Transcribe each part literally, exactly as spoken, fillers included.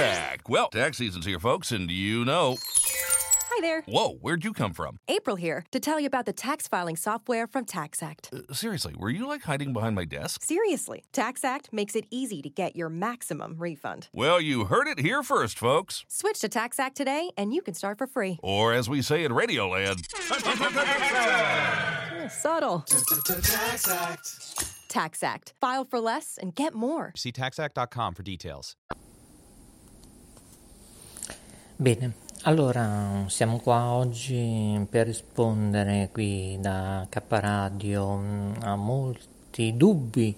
back. Well, tax season's here, folks, and you know... Hi there. Whoa, where'd you come from? April here to tell you about the tax filing software from TaxAct. Uh, seriously, were you, like, hiding behind my desk? Seriously, TaxAct makes it easy to get your maximum refund. Well, you heard it here first, folks. Switch to TaxAct today, and you can start for free. Or, as we say in Radioland... Subtle. TaxAct. TaxAct. File for less and get more. See tax act dot com for details. Bene, allora siamo qua oggi per rispondere qui da K Radio a molti dubbi,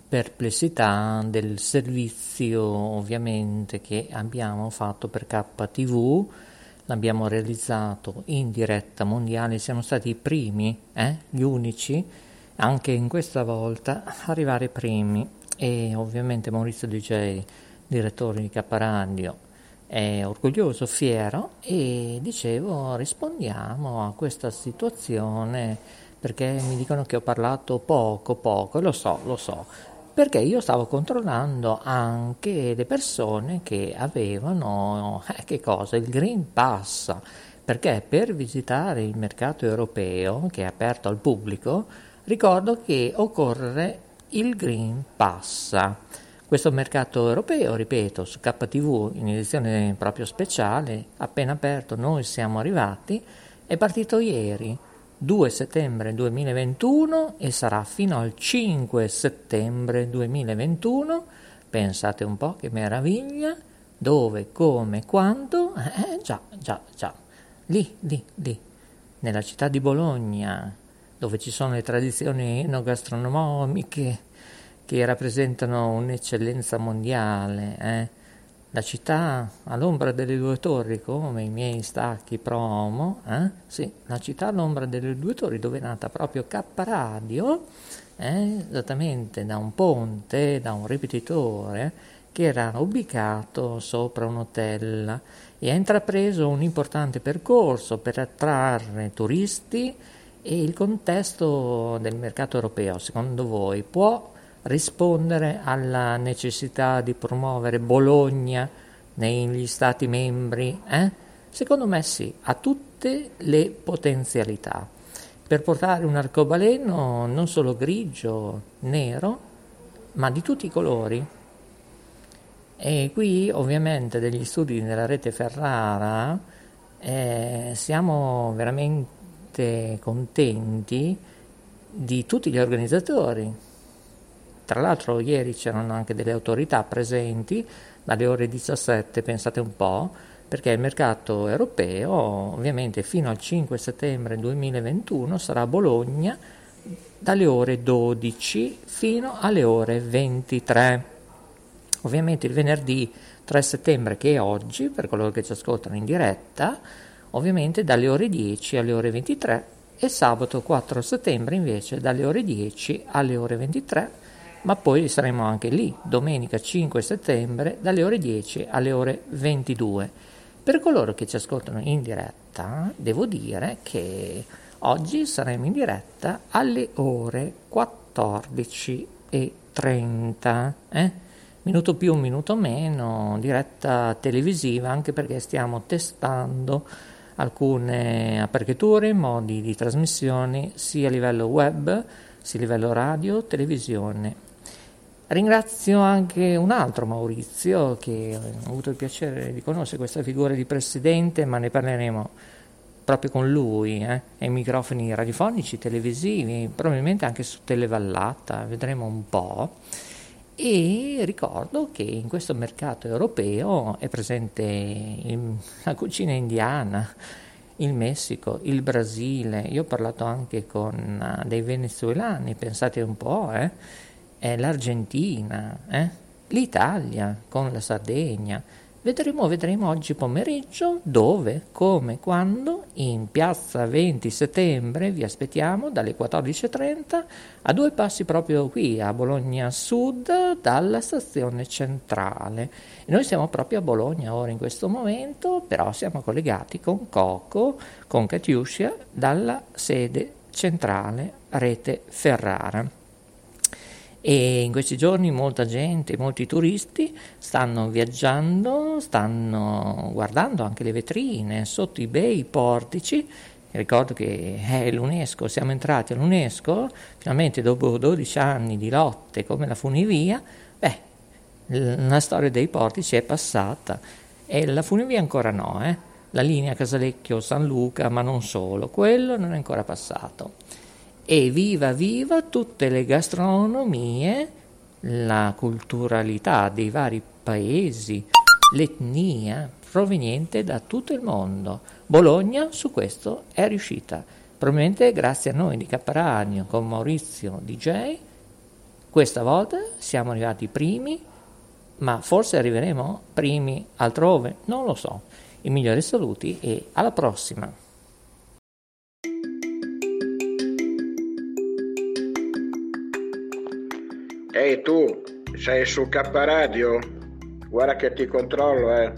perplessità del servizio ovviamente che abbiamo fatto per K T V. L'abbiamo realizzato in diretta mondiale, siamo stati i primi, eh, gli unici, anche in questa volta, arrivare primi. E ovviamente Maurizio D J, direttore di K Radio, è orgoglioso, fiero, e dicevo rispondiamo a questa situazione perché mi dicono che ho parlato poco, poco, lo so, lo so, perché io stavo controllando anche le persone che avevano, eh, che cosa, il Green Pass, perché per visitare il mercato europeo che è aperto al pubblico ricordo che occorre il Green Pass. Questo mercato europeo, ripeto, su K T V in edizione proprio speciale, appena aperto, noi siamo arrivati, è partito ieri, due settembre duemilaventuno, e sarà fino al cinque settembre duemilaventuno. Pensate un po' che meraviglia, dove, come, quando, eh già, già, già, lì, lì, lì, nella città di Bologna, dove ci sono le tradizioni enogastronomiche che rappresentano un'eccellenza mondiale, eh? La città all'ombra delle due torri, come i miei stacchi promo, eh? Sì, la città all'ombra delle due torri, dove è nata proprio K Radio, eh? Esattamente da un ponte, da un ripetitore che era ubicato sopra un hotel, e ha intrapreso un importante percorso per attrarre turisti. E il contesto del mercato europeo, secondo voi, può rispondere alla necessità di promuovere Bologna negli Stati membri? Eh? Secondo me sì, ha tutte le potenzialità per portare un arcobaleno non solo grigio, nero, ma di tutti i colori. E qui ovviamente degli studi della rete Ferrara eh, siamo veramente contenti di tutti gli organizzatori. Tra l'altro ieri c'erano anche delle autorità presenti dalle ore diciassette, pensate un po', perché il mercato europeo ovviamente fino al cinque settembre duemilaventuno sarà a Bologna dalle ore dodici fino alle ore ventitré. Ovviamente il venerdì tre settembre, che è oggi, per coloro che ci ascoltano in diretta, ovviamente dalle ore dieci alle ore ventitré, e sabato quattro settembre invece dalle ore dieci alle ore ventitré. Ma poi saremo anche lì, domenica cinque settembre, dalle ore dieci alle ore ventidue. Per coloro che ci ascoltano in diretta, devo dire che oggi saremo in diretta alle ore quattordici e trenta, eh? Minuto più, minuto meno, diretta televisiva, anche perché stiamo testando alcune aperture, modi di trasmissione, sia a livello web, sia a livello radio, televisione. Ringrazio anche un altro Maurizio, che ho avuto il piacere di conoscere, questa figura di presidente, ma ne parleremo proprio con lui, eh, ai microfoni radiofonici, televisivi, probabilmente anche su Televallata, vedremo un po'. E ricordo che in questo mercato europeo è presente il, la cucina indiana, il Messico, il Brasile. Io ho parlato anche con uh, dei venezuelani, pensate un po', eh, è l'Argentina, eh, l'Italia con la Sardegna. Vedremo, vedremo oggi pomeriggio dove, come, quando, in piazza venti settembre, vi aspettiamo dalle quattordici e trenta, a due passi proprio qui a Bologna Sud dalla stazione centrale. E noi siamo proprio a Bologna ora in questo momento, però siamo collegati con Coco, con Catiuscia, dalla sede centrale Rete Ferrara. E in questi giorni molta gente, molti turisti stanno viaggiando, stanno guardando anche le vetrine sotto i bei portici. Ricordo che è l'UNESCO, siamo entrati all'UNESCO, finalmente dopo dodici anni di lotte come la funivia, beh, la storia dei portici è passata e la funivia ancora no, eh? La linea Casalecchio-San Luca, ma non solo, quello non è ancora passato. E viva viva tutte le gastronomie, la culturalità dei vari paesi, l'etnia proveniente da tutto il mondo. Bologna su questo è riuscita, probabilmente grazie a noi di K Radio con Maurizio D J. Questa volta siamo arrivati primi, ma forse arriveremo primi altrove, non lo so. I migliori saluti e alla prossima. Ehi tu, sei su K Radio? Guarda che ti controllo, eh.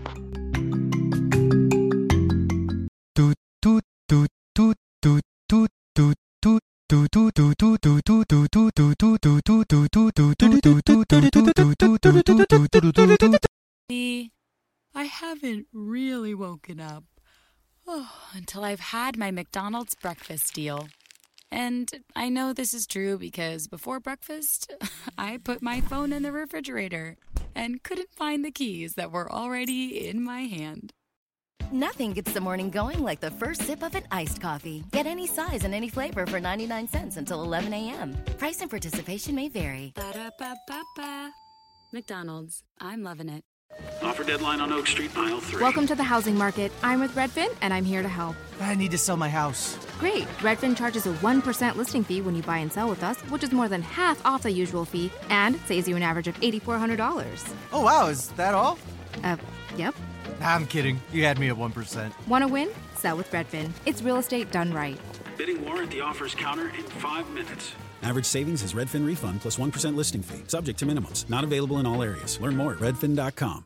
I haven't really woken up oh, until I've had my McDonald's breakfast deal. And I know this is true because before breakfast, I put my phone in the refrigerator and couldn't find the keys that were already in my hand. Nothing gets the morning going like the first sip of an iced coffee. Get any size and any flavor for ninety-nine cents until eleven a.m. Price and participation may vary. Ba-da-ba-ba-ba. McDonald's. I'm loving it. Offer deadline on Oak Street, aisle three. Welcome to the housing market. I'm with Redfin, and I'm here to help. I need to sell my house. Great. Redfin charges a one percent listing fee when you buy and sell with us, which is more than half off the usual fee and saves you an average of eight thousand four hundred dollars. Oh, wow. Is that all? Uh, yep. I'm kidding. You had me at one percent. Want to win? Sell with Redfin. It's real estate done right. Bidding war at the offers counter in five minutes. Average savings is Redfin refund plus one percent listing fee. Subject to minimums. Not available in all areas. Learn more at redfin dot com.